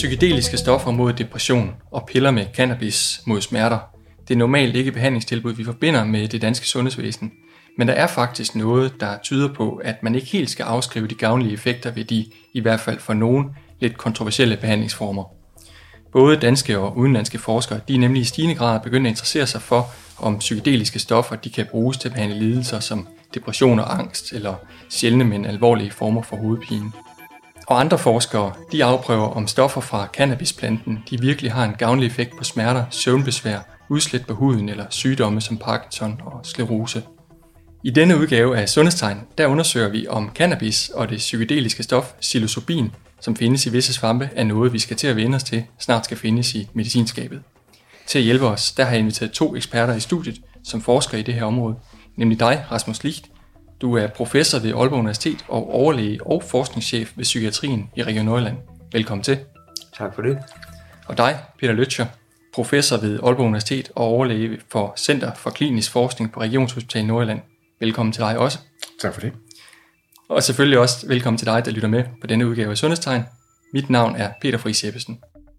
Psykedeliske stoffer mod depression og piller med cannabis mod smerter. Det er normalt ikke behandlingstilbud, vi forbinder med det danske sundhedsvæsen. Men der er faktisk noget, der tyder på, at man ikke helt skal afskrive de gavnlige effekter ved de, i hvert fald for nogen, lidt kontroversielle behandlingsformer. Både danske og udenlandske forskere, de er nemlig i stigende grad begyndt at interessere sig for, om psykedeliske stoffer de kan bruges til at behandle lidelser som depression og angst, eller sjældne, men alvorlige former for hovedpine. Og andre forskere, de afprøver, om stoffer fra cannabisplanten, de virkelig har en gavnlig effekt på smerter, søvnbesvær, udslæt på huden eller sygdomme som Parkinson og sklerose. I denne udgave af Sundhedstegn, der undersøger vi, om cannabis og det psykedeliske stof psilocybin, som findes i visse svampe, er noget, vi skal til at vende os til, snart skal findes i medicinskabet. Til at hjælpe os, der har jeg inviteret 2 eksperter i studiet, som forsker i det her område, nemlig dig, Rasmus Licht. Du er professor ved Aalborg Universitet og overlæge og forskningschef ved psykiatrien i Region Nordjylland. Velkommen til. Tak for det. Og dig, Peter Løtscher, professor ved Aalborg Universitet og overlæge for Center for Klinisk Forskning på Regionshospitalet Nordjylland. Velkommen til dig også. Tak for det. Og selvfølgelig også velkommen til dig, der lytter med på denne udgave af Sundhedstegn. Mit navn er Peter Friis Jeppesen.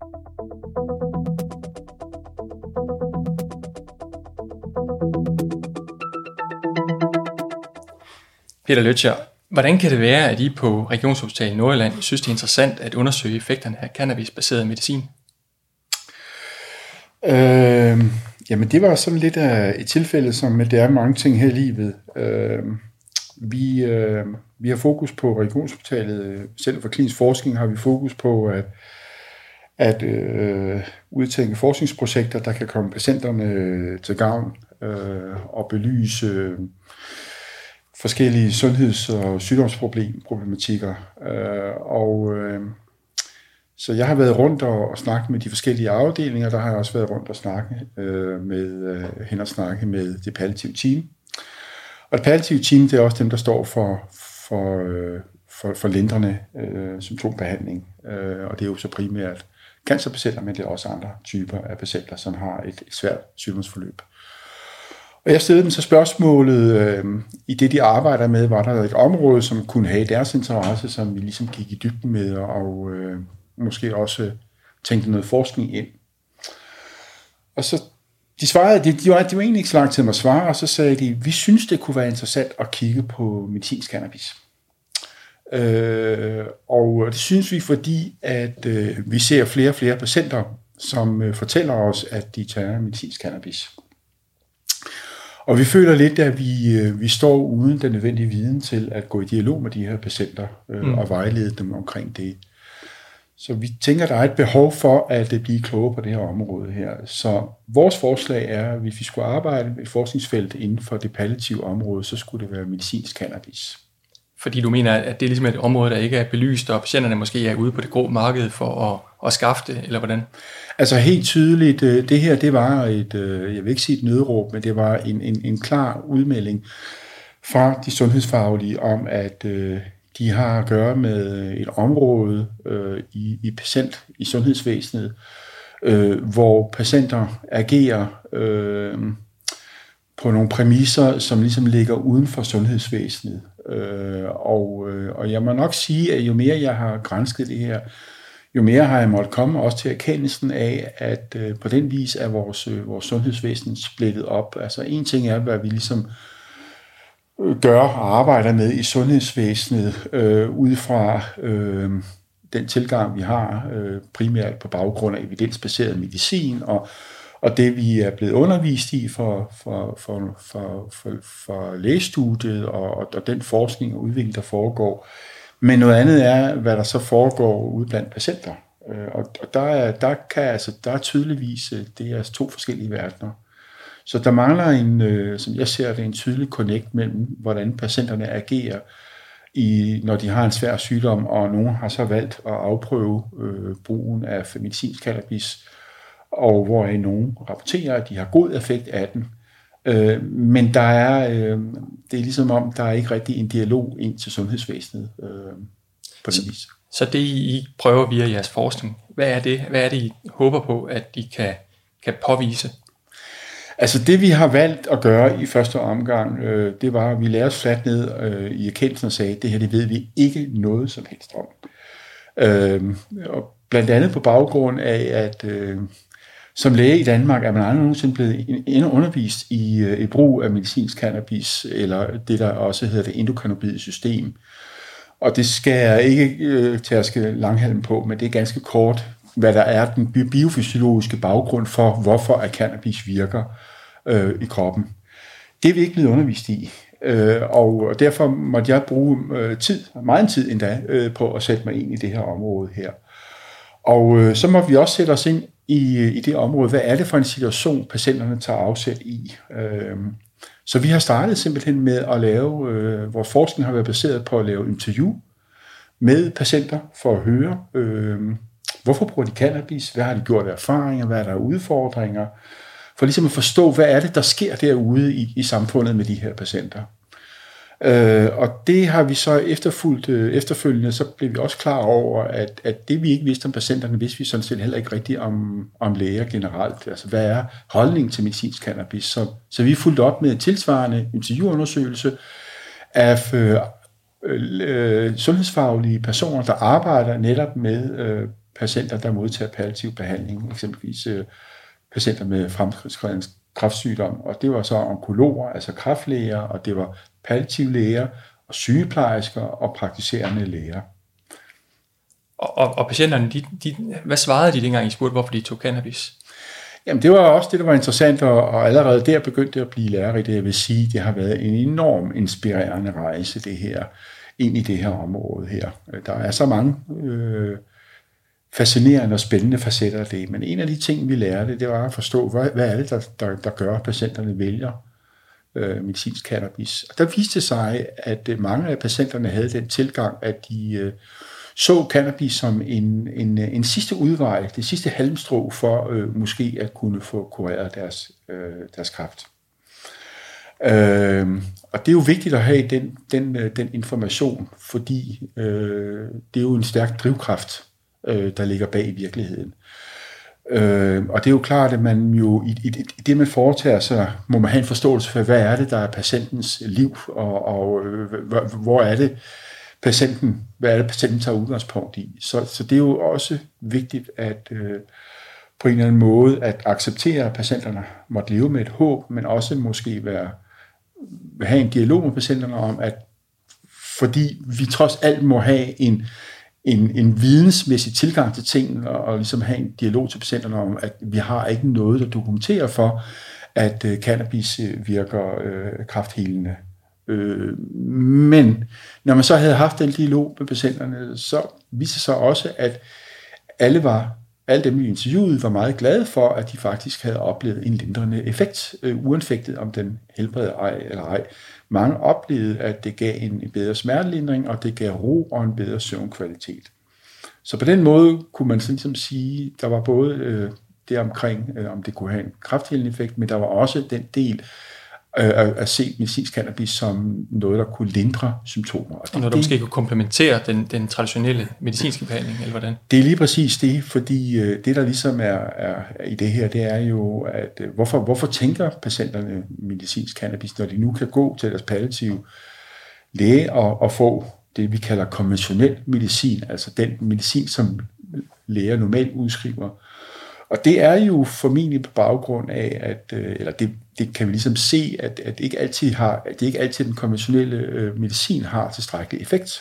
Peter Løtscher, hvordan kan det være, at I på Regionshospitalet Nordjylland synes, det er interessant at undersøge effekterne af cannabisbaseret medicin? Jamen det var sådan lidt af et tilfælde, som det er mange ting her i livet. Vi har fokus på Regionshospitalet, selv for klinisk forskning har vi fokus på at udtænke forskningsprojekter, der kan komme patienterne til gavn og belyse forskellige sundheds- og sygdomsproblematikker. Så jeg har været rundt og snakket med de forskellige afdelinger, der har jeg også været rundt og snakke med det palliative team. Og det palliative team, det er også dem, der står for lindrende symptombehandling. Og det er jo så primært cancerpatienter, men det er også andre typer af patienter, som har et svært sygdomsforløb. Og jeg stillede dem så spørgsmålet, i det de arbejder med, var der et område, som kunne have deres interesse, som vi ligesom gik i dybden med, og måske også tænkte noget forskning ind. Og så de svarede, de var egentlig ikke så lang tid med at svare, og så sagde de, vi synes, det kunne være interessant at kigge på medicinsk cannabis. Og det synes vi, fordi at vi ser flere og flere patienter, som fortæller os, at de tager medicinsk cannabis. Og vi føler lidt, at vi står uden den nødvendige viden til at gå i dialog med de her patienter og vejlede dem omkring det. Så vi tænker, at der er et behov for at blive klogere på det her område her. Så vores forslag er, at hvis vi skulle arbejde med et forskningsfelt inden for det palliative område, så skulle det være medicinsk cannabis. Fordi du mener, at det er ligesom et område, der ikke er belyst, og patienterne måske er ude på det grå marked for at skaffe det, eller hvordan? Altså helt tydeligt, det her, det var et, jeg vil ikke sige et nødråb, men det var en klar udmelding fra de sundhedsfaglige om, at de har at gøre med et område i sundhedsvæsenet, hvor patienter agerer på nogle præmisser, som ligesom ligger uden for sundhedsvæsenet. Og jeg må nok sige, at jo mere jeg har gransket det her, jo mere har jeg måttet komme også til erkendelsen af, at på den vis er vores sundhedsvæsen splittet op. Altså en ting er, hvad vi ligesom gør og arbejder med i sundhedsvæsenet, ud fra den tilgang, vi har, primært på baggrund af evidensbaseret medicin, og det, vi er blevet undervist i for lægestudiet, og den forskning og udvikling, der foregår. Men noget andet er, hvad der så foregår ude blandt patienter. Og der er tydeligvis, det er 2 forskellige verdener. Så der mangler som jeg ser det, en tydelig connect mellem, hvordan patienterne agerer, når de har en svær sygdom, og nogen har så valgt at afprøve brugen af medicinsk cannabis, og hvor nogen rapporterer, at de har god effekt af den. Men det er ligesom om, der er ikke rigtig en dialog ind til sundhedsvæsenet på den vis. Så det, I prøver via jeres forskning, hvad er det, I håber på, at de kan påvise? Altså det, vi har valgt at gøre i første omgang, det var, at vi lagde os fladt ned i erkendelsen og sagde, at det her, det ved vi ikke noget som helst om. Og blandt andet på baggrund af, at som læge i Danmark er man aldrig nogensinde blevet undervist i brug af medicinsk cannabis, eller det, der også hedder det endokannabinoide system. Og det skal jeg ikke tærske langhalm på, men det er ganske kort, hvad der er den biofysiologiske baggrund for, hvorfor at cannabis virker i kroppen. Det er vi ikke blevet undervist i, og derfor måtte jeg bruge meget tid endda, på at sætte mig ind i det her område her. Og så må vi også sætte os ind i det område. Hvad er det for en situation, patienterne tager afsæt i? Så vi har startet simpelthen med at lave, vores forskning har været baseret på at lave interview med patienter for at høre, hvorfor bruger de cannabis, hvad har de gjort af erfaringer, hvad er der af udfordringer, for ligesom at forstå, hvad er det, der sker derude i samfundet med de her patienter. Og det har vi så efterfølgende, så blev vi også klar over, at det vi ikke vidste om patienterne, vidste vi sådan set heller ikke rigtigt om læger generelt. Altså hvad er holdningen til medicinsk cannabis? Så vi fulgte op med en tilsvarende interviewundersøgelse af sundhedsfaglige personer, der arbejder netop med patienter, der modtager palliativ behandling, eksempelvis patienter med fremskreden kræftsygdom, og det var så onkologer, altså kræftlæger, og det var palliativlæger og sygeplejersker og praktiserende læger. Og patienterne, hvad svarede de dengang, I spurgte, hvorfor de tog cannabis? Jamen det var også det, der var interessant, og allerede der begyndte det at blive lærerigt. Jeg vil sige, det har været en enorm inspirerende rejse, det her, ind i det her område her. Der er så mange fascinerende og spændende facetter af det, men en af de ting, vi lærte, det var at forstå, hvad er det, der gør, at patienterne vælger medicinsk cannabis. Og der viste sig, at mange af patienterne havde den tilgang, at de så cannabis som en sidste udvej, det sidste halmstrå for måske at kunne få kureret deres kræft. Og det er jo vigtigt at have den information, fordi det er jo en stærk drivkraft, der ligger bag i virkeligheden. Og det er jo klart, at man jo i det, man foretager sig, må man have en forståelse for, hvad er det, der er patientens liv, og hvor er det, hvad er det, patienten tager udgangspunkt i. Så det er jo også vigtigt at på en eller anden måde at acceptere, at patienterne måtte leve med et håb, men også måske have en dialog med patienterne om, at fordi vi trods alt må have en vidensmæssig tilgang til ting, og ligesom have en dialog til patienterne om, at vi har ikke noget, der dokumenterer for, at cannabis virker kræfthelende. Men når man så havde haft den dialog med patienterne, så viste det sig også, at alle dem, vi interviewede, var meget glade for, at de faktisk havde oplevet en lindrende effekt, uanfægtet om den helbreder ej eller ej. Mange oplevede, at det gav en bedre smertelindring, og det gav ro og en bedre søvnkvalitet. Så på den måde kunne man ligesom sige, der var både det omkring, om det kunne have en kræfthelende effekt, men der var også den del at se medicinsk cannabis som noget, der kunne lindre symptomer. Og noget, der måske kunne komplementere den traditionelle medicinske behandling, eller hvordan? Det er lige præcis det, fordi det, der ligesom er i det her, det er jo, at hvorfor tænker patienterne medicinsk cannabis, når de nu kan gå til deres palliative læge og få det, vi kalder konventionel medicin, altså den medicin, som læger normalt udskriver. Og det er jo formentlig på baggrund af, at eller det kan vi ligesom se, at det ikke altid den konventionelle medicin har tilstrækkelig effekt.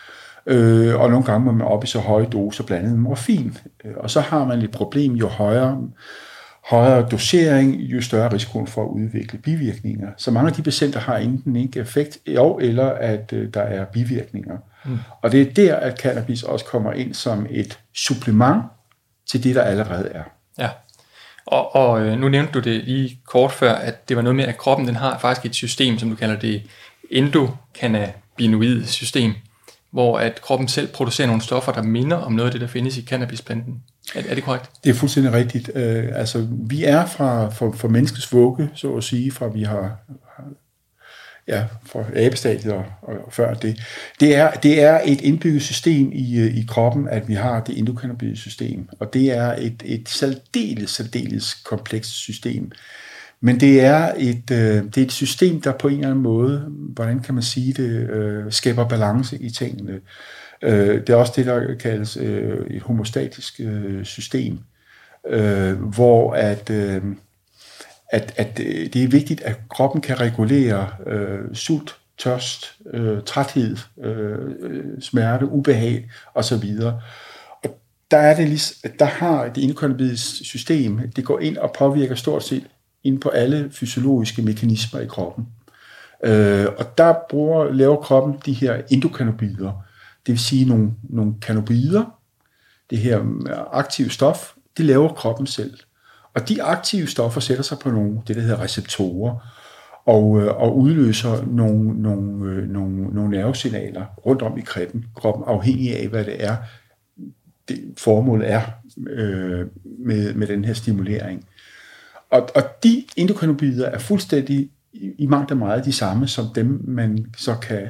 Og nogle gange må man op i så høje doser, blandt andet morfin. Og så har man et problem, jo højere dosering, jo større risiko for at udvikle bivirkninger. Så mange af de patienter har enten ikke effekt, eller at der er bivirkninger. Og det er der, at cannabis også kommer ind som et supplement til det, der allerede er. Ja, og nu nævnte du det lige kort før, at det var noget med, at kroppen den har faktisk et system, som du kalder det endokannabinoid system, hvor at kroppen selv producerer nogle stoffer, der minder om noget af det, der findes i cannabisplanten. Er det korrekt? Det er fuldstændig rigtigt. Altså, vi er fra menneskets vugge, så at sige, fra vi har fra abestadiet og før det. Det er et indbygget system i kroppen, at vi har det endokannabinoide system, og det er et særdeles komplekst system. Men det er et system, der på en eller anden måde, hvordan kan man sige det, skaber balance i tingene. Det er også det, der kaldes et homostatisk system, hvor at det er vigtigt, at kroppen kan regulere sult, tørst, træthed, smerte, ubehag osv. Og der har det endokannabinoide system, det går ind og påvirker stort set ind på alle fysiologiske mekanismer i kroppen. Og der laver kroppen de her endokannabinoider, det vil sige nogle cannabinoider, det her aktive stof, det laver kroppen selv. Og de aktive stoffer sætter sig på det der hedder receptorer, og udløser nogle nervesignaler rundt om i kroppen, afhængig af, hvad det er, formålet er med den her stimulering. Og de endokannabinoider er fuldstændig i mangt og meget de samme, som dem, man så kan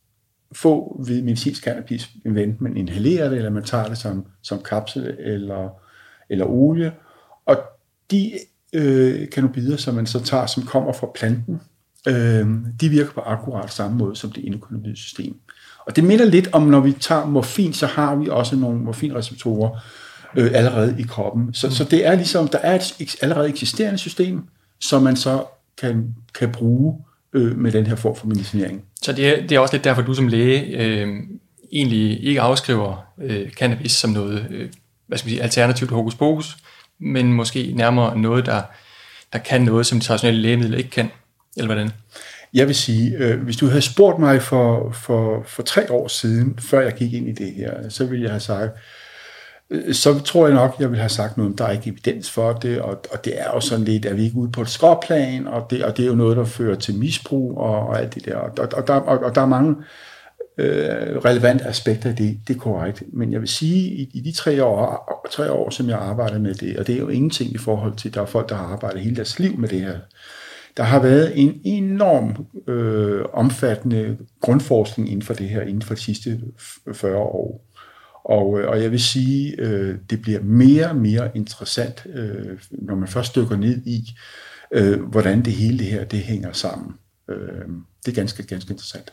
få ved medicinsk cannabis, enten man inhalerer det, eller man tager det som kapsel eller olie. Og de cannabinoider, som man så tager, som kommer fra planten, de virker på akkurat samme måde som det endokannabinoide system. Og det minder lidt om, når vi tager morfin, så har vi også nogle morfinreceptorer allerede i kroppen. Så det er ligesom, der er et allerede eksisterende system, som man så kan bruge med den her form for medicinering. Så det er også lidt derfor, du som læge egentlig ikke afskriver cannabis som noget alternativt hokus pokus, men måske nærmere noget, der kan noget, som de traditionelle lægemidler ikke kan, eller hvordan? Jeg vil sige, hvis du havde spurgt mig for 3 år siden, før jeg gik ind i det her, så ville jeg have sagt, så tror jeg nok, jeg ville have sagt noget, der er ikke evidens for det, og det er jo sådan lidt, at vi ikke ude på et skråplan, og det er jo noget, der fører til misbrug og alt det der, og der er mange relevante aspekter af det er korrekt. Men jeg vil sige, i de 3 år, som jeg arbejder med det, og det er jo ingenting i forhold til, der er folk, der har arbejdet hele deres liv med det her, der har været en enorm omfattende grundforskning inden for det her, inden for de sidste 40 år. Og jeg vil sige, det bliver mere og mere interessant, når man først dykker ned i, hvordan det hele det her, det hænger sammen. Det er ganske, ganske interessant.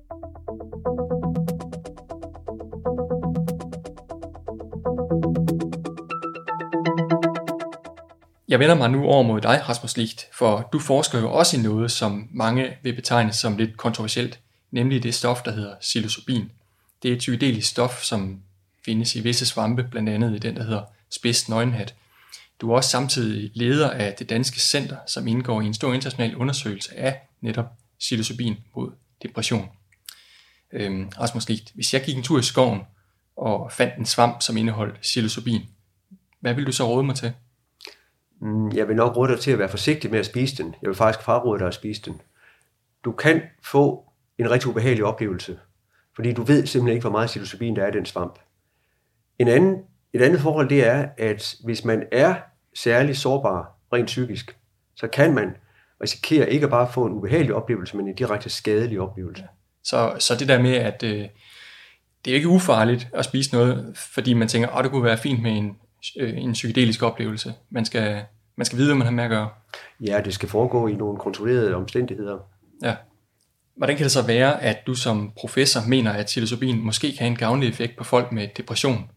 Jeg vender mig nu over mod dig, Rasmus Licht, for du forsker jo også i noget, som mange vil betegne som lidt kontroversielt, nemlig det stof, der hedder psilocybin. Det er et psykedelisk stof, som findes i visse svampe, blandt andet i den, der hedder spids nøgenhat. Du er også samtidig leder af det danske center, som indgår i en stor international undersøgelse af netop psilocybin mod depression. Rasmus Licht, hvis jeg gik en tur i skoven og fandt en svamp, som indeholdt psilocybin, hvad vil du så råde mig til? Jeg vil nok råde dig til at være forsigtig med at spise den. Jeg vil faktisk fraråde dig at spise den. Du kan få en rigtig ubehagelig oplevelse, fordi du ved simpelthen ikke, hvor meget psilocybin der er i den svamp. Et andet forhold, det er, at hvis man er særlig sårbar rent psykisk, så kan man risikere ikke bare at få en ubehagelig oplevelse, men en direkte skadelig oplevelse. Så det der med, at det er ikke ufarligt at spise noget, fordi man tænker, det kunne være fint med en psykedelisk oplevelse. Man skal vide, hvad man har med at gøre. Ja, det skal foregå i nogle kontrollerede omstændigheder. Ja. Hvordan kan det så være, at du som professor mener, at psilocybin måske kan have en gavnlig effekt på folk med depression?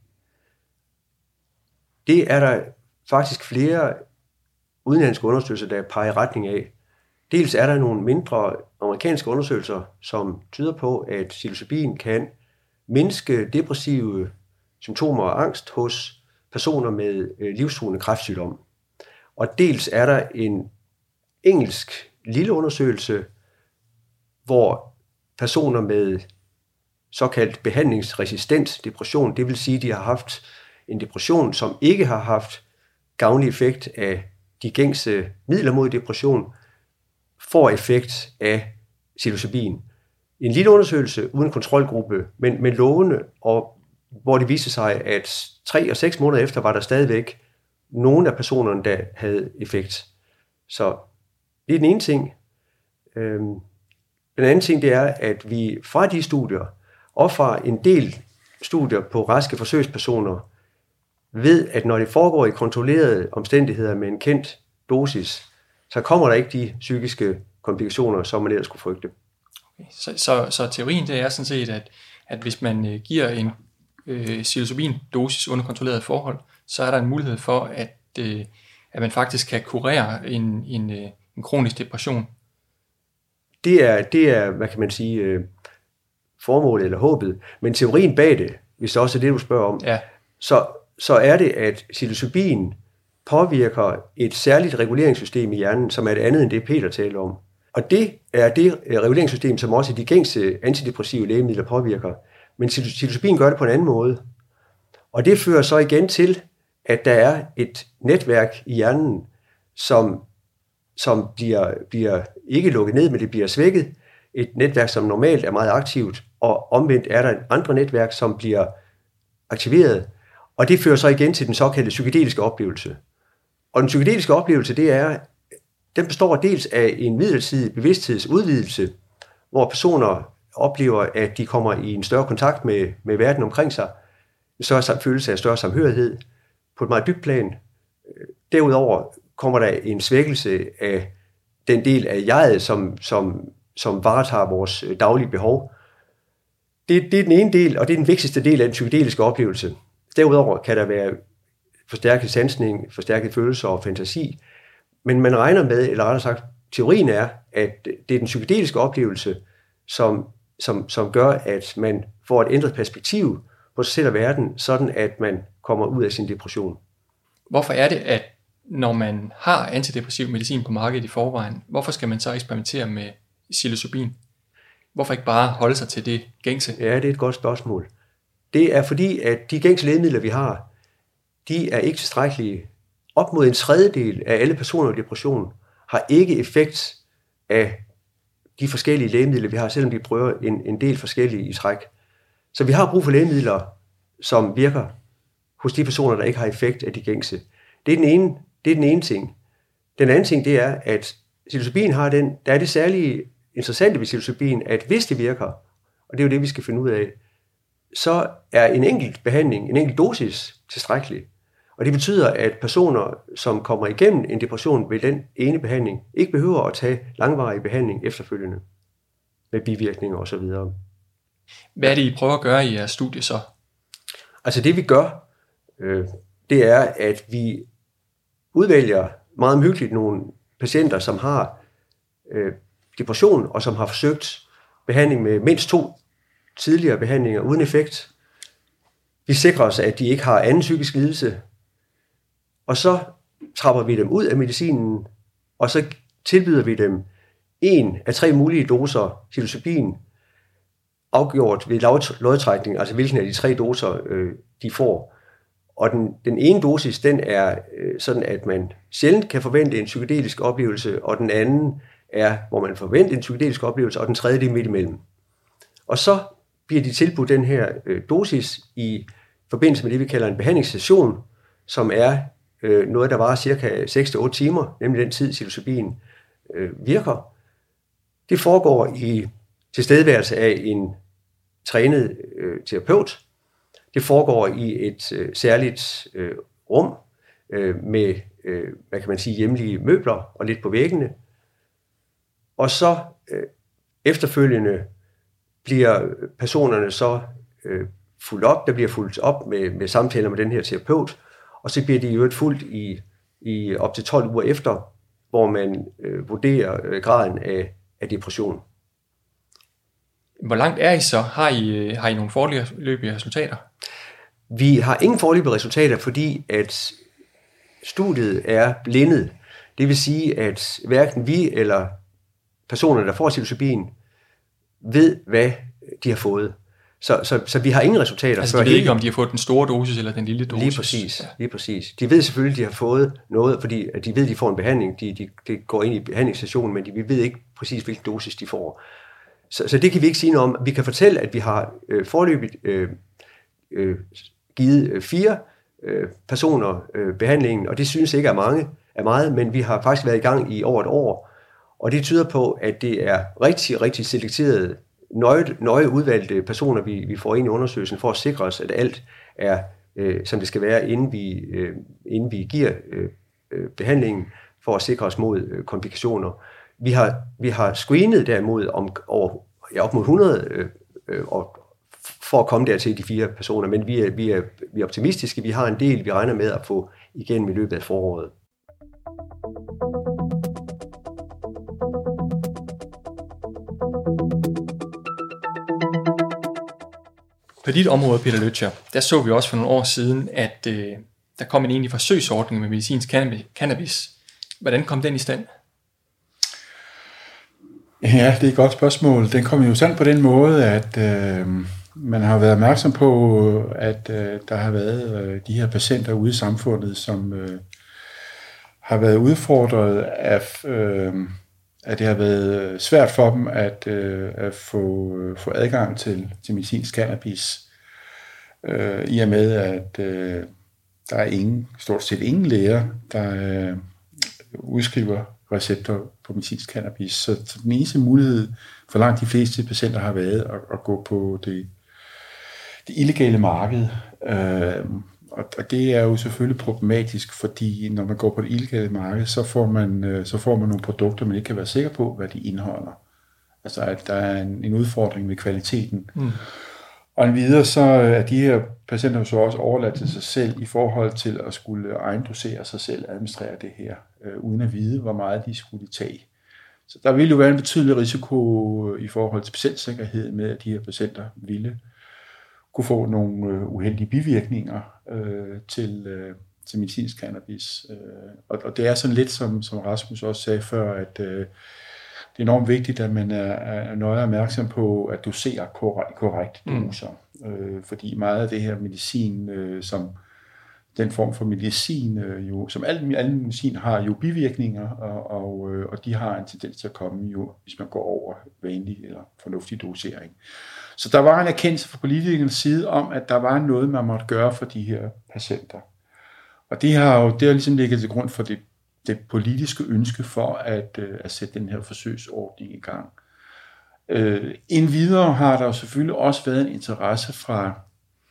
Det er der faktisk flere udenlandske undersøgelser, der peger i retning af. Dels er der nogle mindre amerikanske undersøgelser, som tyder på, at psilocybin kan mindske depressive symptomer og angst hos personer med livstruende kræftsygdom. Og dels er der en engelsk lille undersøgelse, hvor personer med såkaldt behandlingsresistent depression, det vil sige, at de har haft en depression, som ikke har haft gavnlig effekt af de gængse midler mod depression, får effekt af psilocybin. En lille undersøgelse uden kontrolgruppe, men lovende, og hvor det viste sig, at 3 og 6 måneder efter var der stadigvæk nogle af personerne, der havde effekt. Så det er den ene ting. Den anden ting, det er, at vi fra de studier, og fra en del studier på raske forsøgspersoner, ved, at når det foregår i kontrollerede omstændigheder med en kendt dosis, så kommer der ikke de psykiske komplikationer, som man ellers skulle frygte. Okay. Så teorien det er sådan set, at hvis man giver en psilocybin-dosis under kontrolleret forhold, så er der en mulighed for, at man faktisk kan kurere en kronisk depression. Det er, hvad kan man sige, formålet eller håbet. Men teorien bag det, hvis det også er det, du spørger om, ja. så er det, at psilocybin påvirker et særligt reguleringssystem i hjernen, som er et andet end det, Peter taler om. Og det er det reguleringssystem, som også de gængse antidepressive lægemidler påvirker. Men psilocybin gør det på en anden måde. Og det fører så igen til, at der er et netværk i hjernen, som bliver ikke lukket ned, men det bliver svækket. Et netværk, som normalt er meget aktivt, og omvendt er der et andre netværk, som bliver aktiveret. Og det fører så igen til den såkaldte psykedeliske oplevelse. Og den psykedeliske oplevelse, den består dels af en midlertidig bevidsthedsudvidelse, hvor personer oplever, at de kommer i en større kontakt med verden omkring sig, en større følelse af større samhørighed på et meget dybt plan. Derudover kommer der en svækkelse af den del af jeget, som varetager vores daglige behov. Det er den ene del, og det er den vigtigste del af den psykedeliske oplevelse. Derudover kan der være forstærket sansning, forstærket følelser og fantasi, men man regner med, eller rettere sagt, teorien er, at det er den psykedeliske oplevelse, som gør, at man får et ændret perspektiv på sig selv og verden, sådan at man kommer ud af sin depression. Hvorfor er det, at når man har antidepressiv medicin på markedet i forvejen, hvorfor skal man så eksperimentere med psilocybin? Hvorfor ikke bare holde sig til det gængse? Ja, det er et godt spørgsmål. Det er fordi, at de gængse lægemidler, vi har, de er ikke tilstrækkelige. Op mod en tredjedel af alle personer med depression har ikke effekt af de forskellige lægemidler, vi har, selvom de prøver en del forskellige i træk. Så vi har brug for lægemidler, som virker hos de personer, der ikke har effekt af de gængse. Det er den ene ting. Den anden ting, det er, at psilocybin der er det særlige interessante ved psilocybin, at hvis det virker, og det er jo det, vi skal finde ud af, så er en enkelt behandling, en enkelt dosis tilstrækkelig. Og det betyder, at personer, som kommer igennem en depression ved den ene behandling, ikke behøver at tage langvarig behandling efterfølgende med bivirkninger osv. Hvad er det, I prøver at gøre i jeres studie så? Altså det vi gør, det er, at vi udvælger meget omhyggeligt nogle patienter, som har depression, og som har forsøgt behandling med mindst 2 tidligere behandlinger uden effekt. Vi sikrer os, at de ikke har anden psykisk lidelse, og så trapper vi dem ud af medicinen, og så tilbyder vi dem 1 af 3 mulige doser psilocybin, afgjort ved lodtrækning, altså hvilken af de 3 doser de får. Og den ene dosis, den er sådan, at man sjældent kan forvente en psykedelisk oplevelse, og den anden er, hvor man forventer en psykedelisk oplevelse, og den tredje, det er midt imellem. Og så bliver de tilbudt den her dosis i forbindelse med det, vi kalder en behandlingssession, som er noget, der varer cirka 6-8 timer, nemlig den tid, psilocybin virker. Det foregår i tilstedeværelse af en trænet terapeut. Det foregår i et særligt rum med, hvad kan man sige, hjemlige møbler og lidt på væggene. Og så efterfølgende bliver personerne så fulgt op. Der bliver fulgt op med samtaler med den her terapeut, og så bliver de jo fulgt i op til 12 uger efter, hvor man vurderer graden af depression. Hvor langt er I så? Har I nogle foreløbige resultater? Vi har ingen foreløbige resultater, fordi at studiet er blindet. Det vil sige, at hverken vi eller personerne, der får psilocybin, ved, hvad de har fået. Så vi har ingen resultater. Altså de ved ikke, om de har fået den store dosis eller den lille dosis? Lige præcis. De ved selvfølgelig, at de har fået noget, fordi de ved, at de får en behandling. De går ind i behandlingssessionen, men vi ved ikke præcis, hvilken dosis de får. Så det kan vi ikke sige noget om. Vi kan fortælle, at vi har foreløbigt givet 4 personer behandlingen, og det synes ikke er meget, men vi har faktisk været i gang i over et år, og det tyder på, at det er rigtig, rigtig selekterede, nøje udvalgte personer, vi får ind i undersøgelsen, for at sikre os, at alt er, som det skal være, inden vi giver behandlingen, for at sikre os mod komplikationer. Vi har screenet derimod op mod 100 og for at komme dertil de 4 personer. Men vi er optimistiske. Vi har en del, vi regner med at få igennem i løbet af foråret. På dit område, Peter Løtjer, der så vi også for nogle år siden, at der kom en egentlig forsøgsordning med medicinsk cannabis. Hvordan kom den i stand? Ja, det er et godt spørgsmål. Den kom jo sådan på den måde, at man har været opmærksom på, at der har været de her patienter ude i samfundet, som har været udfordret af, at det har været svært for dem at få adgang til medicinsk cannabis. I og med, at der er stort set ingen læger, der udskriver recepter på medicinsk cannabis. Så den eneste mulighed for langt de fleste patienter har været at gå på det illegale marked. Og det er jo selvfølgelig problematisk, fordi når man går på det illegale marked, så får man nogle produkter, man ikke kan være sikker på, hvad de indeholder. Altså at der er en udfordring med kvaliteten. Og videre så er de her patienter så også overladt til sig selv i forhold til at skulle ejendosere sig selv, administrere det her, uden at vide, hvor meget de skulle tage. Så der ville jo være en betydelig risiko i forhold til patientsikkerhed med, at de her patienter ville kunne få nogle uheldige bivirkninger til medicinsk cannabis. Og det er sådan lidt, som Rasmus også sagde før, at det er enormt vigtigt, at man er nøje opmærksom på at dosere korrekt doser. Fordi meget af det her medicin, som den form for medicin, jo, som al medicin har jo bivirkninger, og de har en tendens til at komme, jo, hvis man går over vanlig eller fornuftig dosering. Så der var en erkendelse fra politikernes side om, at der var noget, man måtte gøre for de her patienter. Og det har ligesom ligget til grund for det politiske ønske for at sætte den her forsøgsordning i gang. Endvidere har der jo selvfølgelig også været en interesse fra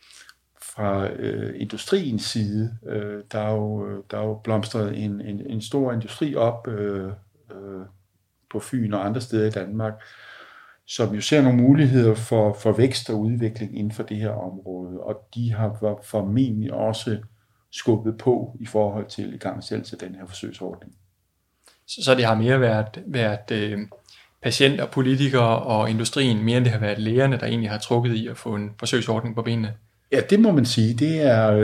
industriens side. Der er jo blomstret en stor industri op på Fyn og andre steder i Danmark, som jo ser nogle muligheder for vækst og udvikling inden for det her område, og de har formentlig også skubbet på i forhold til igangsættelse af den her forsøgsordning. Så det har mere været patienter, politikere og industrien, mere end det har været lægerne, der egentlig har trukket i at få en forsøgsordning på benene? Ja, det må man sige. Det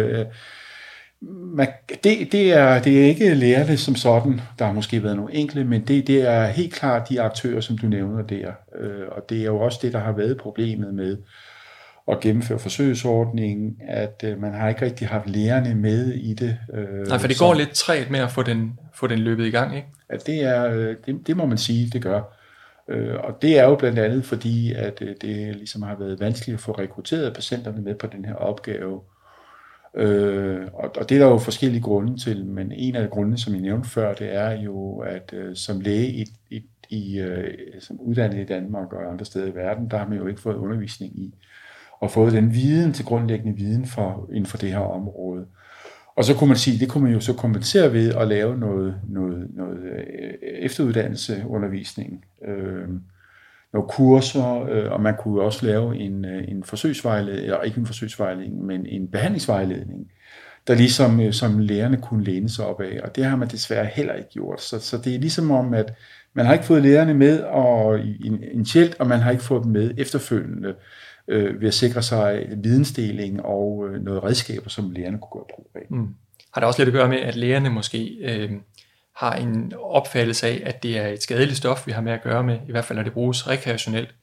er ikke lægerne som sådan, der har måske været nogle enkelte, men det er helt klart de aktører, som du nævner der. Og det er jo også det, der har været problemet med at gennemføre forsøgsordningen, at man har ikke rigtig haft lægerne med i det. Nej, for det går lidt trægt med at få den løbet i gang, ikke? Ja, det må man sige, det gør. Og det er jo blandt andet fordi, at det ligesom har været vanskeligt at få rekrutteret patienterne med på den her opgave. Og det er der jo forskellige grunde til, men en af grundene, som jeg nævnte før, det er jo, at som læge som uddannet i Danmark og andre steder i verden, der har man jo ikke fået undervisning i, og fået den viden til grundlæggende viden inden for det her område. Og så kunne man sige, det kunne man jo så kompensere ved at lave noget efteruddannelse, undervisning, nogle kurser, og man kunne også lave en forsøgsvejledning, eller ikke en forsøgsvejledning, men en behandlingsvejledning, der ligesom som lærerne kunne læne sig op af, og det har man desværre heller ikke gjort. Så det er ligesom om, at man har ikke fået lærerne med initielt, og man har ikke fået dem med efterfølgende, ved at sikre sig vidensdeling og noget redskaber, som lærerne kunne gøre brug af. Har det også lidt at gøre med, at lærerne måske har en opfattelse af, at det er et skadeligt stof, vi har med at gøre med, i hvert fald når det bruges rekreationelt,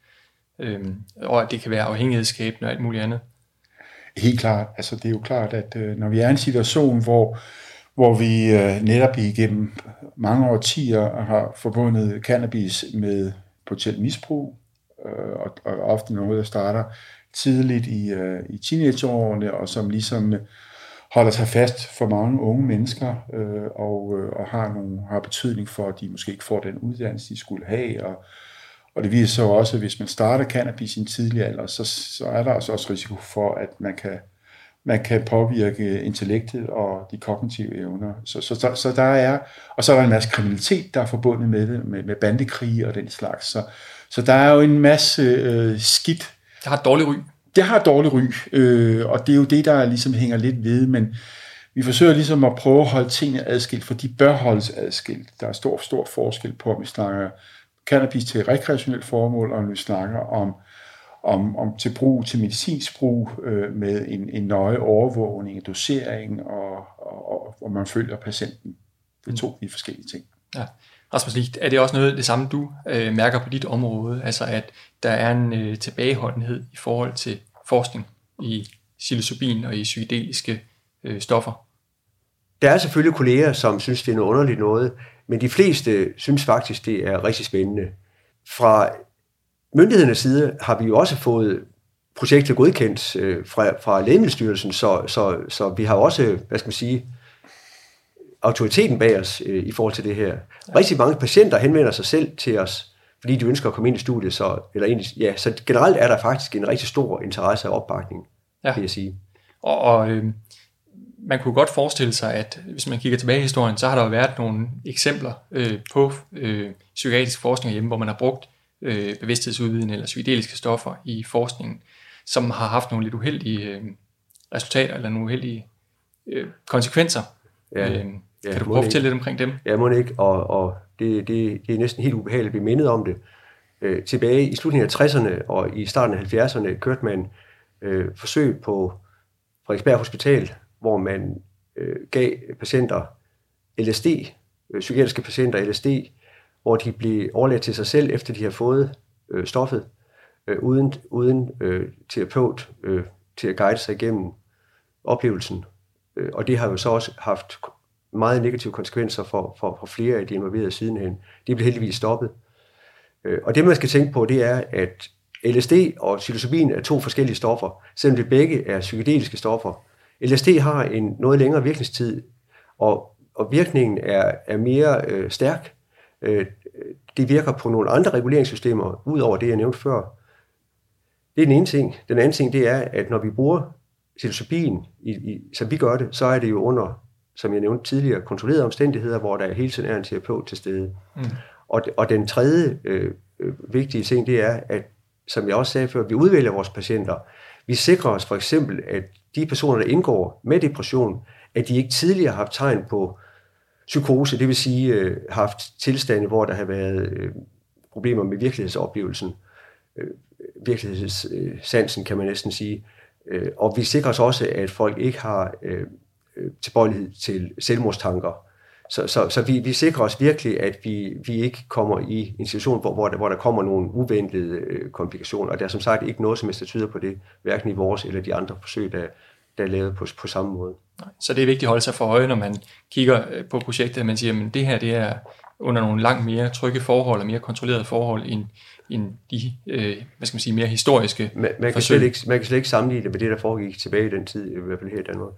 og at det kan være afhængighedsskabende og alt muligt andet? Helt klart. Altså det er jo klart, at når vi er i en situation, hvor vi netop igennem mange årtier har forbundet cannabis med potentielt misbrug, og ofte noget, der starter tidligt i teenageårene, og som ligesom holder sig fast for mange unge mennesker, og har betydning for, at de måske ikke får den uddannelse, de skulle have. Og det viser så også, at hvis man starter cannabis i en tidlig alder, så er der også risiko for, at man kan påvirke intellektet og de kognitive evner. Så der er, og så er der en masse kriminalitet, der er forbundet med det, med bandekrige og den slags. Så der er jo en masse skidt. Der har et dårligt ry. Det har et dårligt ry, og det er jo det, der ligesom hænger lidt ved, men vi forsøger ligesom at prøve at holde tingene adskilt, for de bør holdes adskilt. Der er stor forskel på, om vi snakker cannabis til rekreationelt formål, og om vi snakker om til brug, til medicinsk brug, med en nøje overvågning, en dosering, og man følger patienten. Det er to vidt forskellige ting. Ja. Rasmus Licht, er det også noget det samme, du mærker på dit område, altså at der er en tilbageholdenhed i forhold til forskning i psilocybin og i psykedeliske stoffer? Der er selvfølgelig kolleger, som synes, det er noget underligt noget, men de fleste synes faktisk, det er rigtig spændende. Fra myndighedernes side har vi jo også fået projektet godkendt fra Lægemiddelstyrelsen, så vi har også, autoriteten bag os i forhold til det her. Rigtig mange patienter henvender sig selv til os, fordi de ønsker at komme ind i studiet, så generelt er der faktisk en rigtig stor interesse og opbakning, kan jeg sige. Og man kunne godt forestille sig, at hvis man kigger tilbage i historien, så har der jo været nogle eksempler på psykiatrisk forskning hjemme, hvor man har brugt bevidsthedsudvidende eller psykedeliske stoffer i forskningen, som har haft nogle lidt uheldige resultater eller nogle uheldige konsekvenser. Kan du prøve at fortælle lidt omkring dem? Ja, må ikke, og det er næsten helt ubehageligt at blive mindet om det. Tilbage i slutningen af 60'erne og i starten af 70'erne kørte man forsøg på Frederiksberg Hospital, hvor man gav patienter LSD, psykiatriske patienter LSD, hvor de blev overladt til sig selv, efter de havde fået stoffet, uden terapeut til at guide sig igennem oplevelsen. Og det har jo så også haft meget negative konsekvenser for flere af de involverede sidenhen. De blev heldigvis stoppet. Og det, man skal tænke på, det er, at LSD og psilocybin er to forskellige stoffer, selvom det begge er psykedeliske stoffer. LSD har en noget længere virkningstid, og virkningen er mere stærk. Det virker på nogle andre reguleringssystemer, ud over det, jeg nævnte før. Det er den ene ting. Den anden ting, det er, at når vi bruger psilocybin, som vi gør det, så er det jo under, som jeg nævnte tidligere, kontrollerede omstændigheder, hvor der hele tiden er en terapeut til stede. Og den tredje vigtige ting, det er, at, som jeg også sagde før, vi udvælger vores patienter. Vi sikrer os for eksempel, at de personer, der indgår med depression, at de ikke tidligere har haft tegn på psykose, det vil sige haft tilstande, hvor der har været problemer med virkelighedsoplevelsen, virkelighedssansen kan man næsten sige. Og vi sikrer os også, at folk ikke har tilbøjelighed til selvmordstanker. Så vi sikrer os virkelig, at vi ikke kommer i en situation, hvor der kommer nogle uventede komplikationer. Og der er som sagt ikke noget, som helst tyder på det, hverken i vores eller de andre forsøg, der er lavet på samme måde. Så det er vigtigt at holde sig for øje, når man kigger på projektet, at man siger, at det her det er under nogle langt mere trygge forhold og mere kontrollerede forhold end de mere historiske forsøg. Man kan slet ikke sammenligne det med det, der foregik tilbage i den tid, i hvert fald her i Danmark.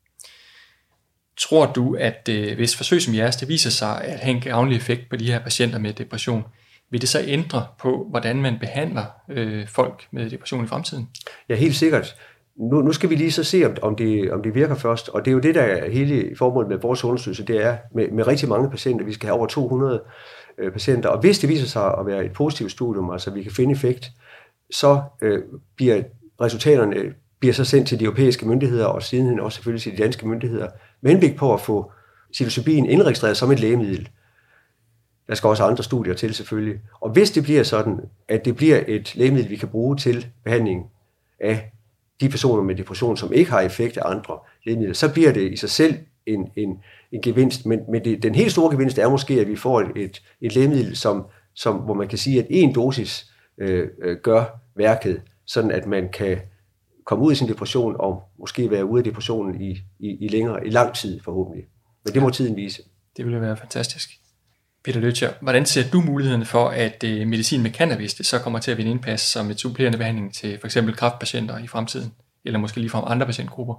Tror du, at hvis forsøg som jeres, det viser sig at have en gavnlig effekt på de her patienter med depression, vil det så ændre på, hvordan man behandler folk med depression i fremtiden? Ja, helt sikkert. Nu skal vi lige så se, om det virker først, og det er jo det, der er hele formålet med vores undersøgelse, det er med rigtig mange patienter. Vi skal have over 200 patienter, og hvis det viser sig at være et positivt studium, altså vi kan finde effekt, så bliver resultaterne så sendt til de europæiske myndigheder, og sidenhen også selvfølgelig til de danske myndigheder, med henblik på at få psilocybin indregistreret som et lægemiddel. Der skal også andre studier til selvfølgelig. Og hvis det bliver sådan, at det bliver et lægemiddel, vi kan bruge til behandling af de personer med depression, som ikke har effekt af andre lægemidler, så bliver det i sig selv en gevinst. Men den helt store gevinst er måske, at vi får et lægemiddel, hvor man kan sige, at en dosis gør værket, sådan at man kan komme ud af sin depression og måske være ude af depressionen i lang tid forhåbentlig. Men det må tiden vise. Det ville være fantastisk. Peter Løtjer, hvordan ser du mulighederne for, at medicin med cannabis det så kommer til at vinde indpas som et supplerende behandling til f.eks. kræftpatienter i fremtiden, eller måske ligefrem andre patientgrupper?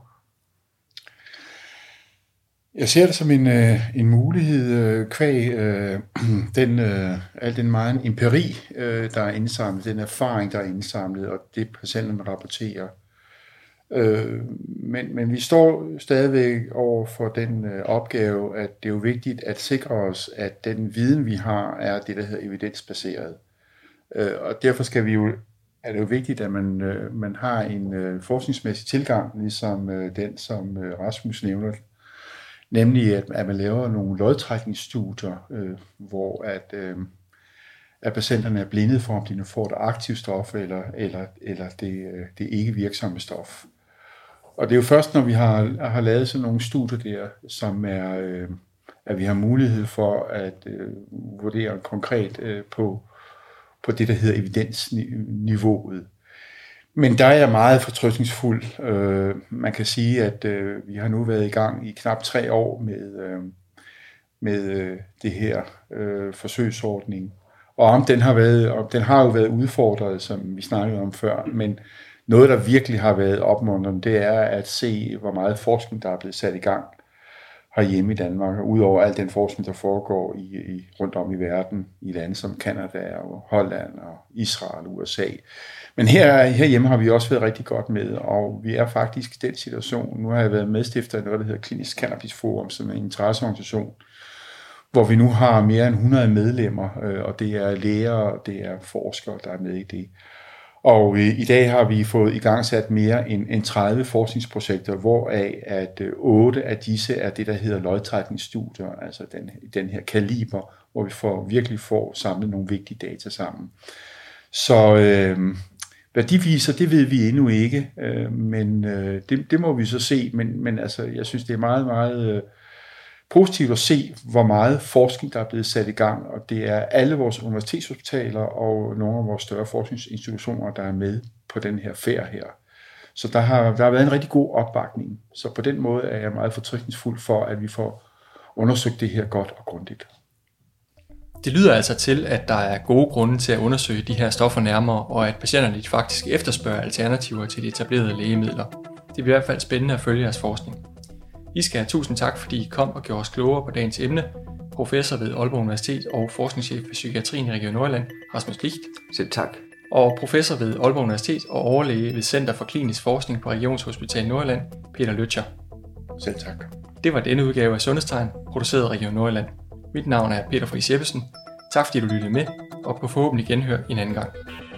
Jeg ser det som en mulighed kvæg al den meget empiri, der er indsamlet, den erfaring, der er indsamlet, og det patienterne rapporterer. Men vi står stadigvæk over for den opgave, at det er jo vigtigt at sikre os, at den viden, vi har, er det, der hedder evidensbaseret. Og derfor skal vi jo er det jo vigtigt, at man har en forskningsmæssig tilgang, ligesom den, som Rasmus nævner, nemlig at man laver nogle lodtrækningsstudier, hvor at patienterne er blindet for, om de nu får det aktive stof eller det ikke virksomme stof. Og det er jo først, når vi har lavet sådan nogle studier der, som er, at vi har mulighed for at vurdere konkret på det, der hedder evidensniveauet. Men der er jeg meget fortrøstningsfuld. Man kan sige, at vi har nu været i gang i knap 3 år med det her forsøgsordning. Og den har jo været udfordret, som vi snakkede om før, men noget, der virkelig har været opmuntrende, det er at se, hvor meget forskning, der er blevet sat i gang herhjemme i Danmark, og udover al den forskning, der foregår rundt om i verden, i lande som Canada og Holland og Israel og USA. Men herhjemme har vi også været rigtig godt med, og vi er faktisk i den situation. Nu har jeg været medstifter af noget, der hedder Klinisk Cannabis Forum, som er en interesseorganisation, hvor vi nu har mere end 100 medlemmer, og det er læger, og det er forskere, der er med i det. Og i dag har vi fået igangsat mere end 30 forskningsprojekter, hvoraf at 8 af disse er det, der hedder lodtrækningsstudier, altså den her kaliber, hvor vi virkelig får samlet nogle vigtige data sammen. Så hvad de viser, det ved vi endnu ikke, men det må vi så se. Men altså, jeg synes, det er meget, meget positivt at se, hvor meget forskning, der er blevet sat i gang, og det er alle vores universitetshospitaler og nogle af vores større forskningsinstitutioner, der er med på den her færd her. Så der har været en rigtig god opbakning. Så på den måde er jeg meget fortrøstningsfuld for, at vi får undersøgt det her godt og grundigt. Det lyder altså til, at der er gode grunde til at undersøge de her stoffer nærmere, og at patienterne faktisk efterspørger alternativer til de etablerede lægemidler. Det bliver i hvert fald spændende at følge jeres forskning. I skal have tusind tak, fordi I kom og gjorde os klogere på dagens emne. Professor ved Aalborg Universitet og forskningschef ved Psykiatrien i Region Nordjylland, Rasmus Licht. Selv tak. Og professor ved Aalborg Universitet og overlæge ved Center for Klinisk Forskning på Regionshospital Nordjylland, Peter Løtscher. Selv tak. Det var denne udgave af Sundhedstegn, produceret af Region Nordjylland. Mit navn er Peter Friis Jeppesen. Tak fordi du lyttede med, og på forhåbentlig genhør en anden gang.